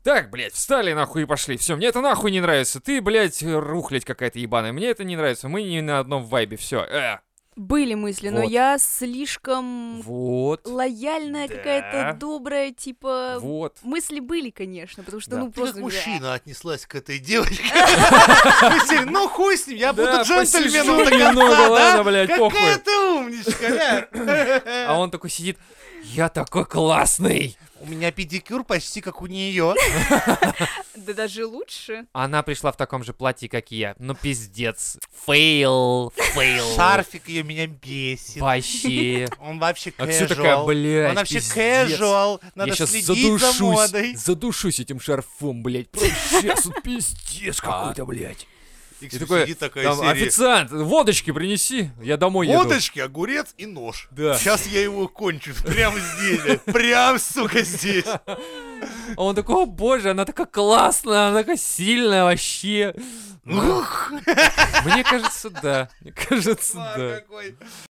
Так, блядь, встали нахуй и пошли. Все, мне это нахуй не нравится. Ты, блядь, рухлядь какая-то ебаная. Мне это не нравится. Мы не на одном вайбе. Все. Были мысли, но Вот. я слишком Вот. лояльная, Да. какая-то добрая, типа... Вот. Мысли были, конечно, потому что, Да. ну, Ты как просто... мужчина отнеслась к этой девочке. Мысли, ну хуй с ним, я буду Да, джентльменом посижу до немного, конца, ладно, да? блядь, Какая похуй. ты умничка, да? А он такой сидит. Я такой классный. У меня педикюр почти как у нее. Да даже лучше. Она пришла в таком же платье, как и я. Ну, пиздец. Фейл. Шарфик ее меня бесит. Вообще. Он вообще А все такая, casual. блядь, Он вообще пиздец. casual. Я Надо сейчас следить за модой. задушусь этим шарфом, блядь. Просто сейчас вот пиздец какой-то, блядь. И И такой, сидит такая там, серия. официант, водочки принеси, я домой еду. Водочки, огурец и нож. Да. Сейчас я его кончу. Прям здесь. блядь. Прям, сука, здесь. А он такой, о боже, она такая классная, она такая сильная вообще. Ух. Мне кажется, да. Мне кажется, А, да. какой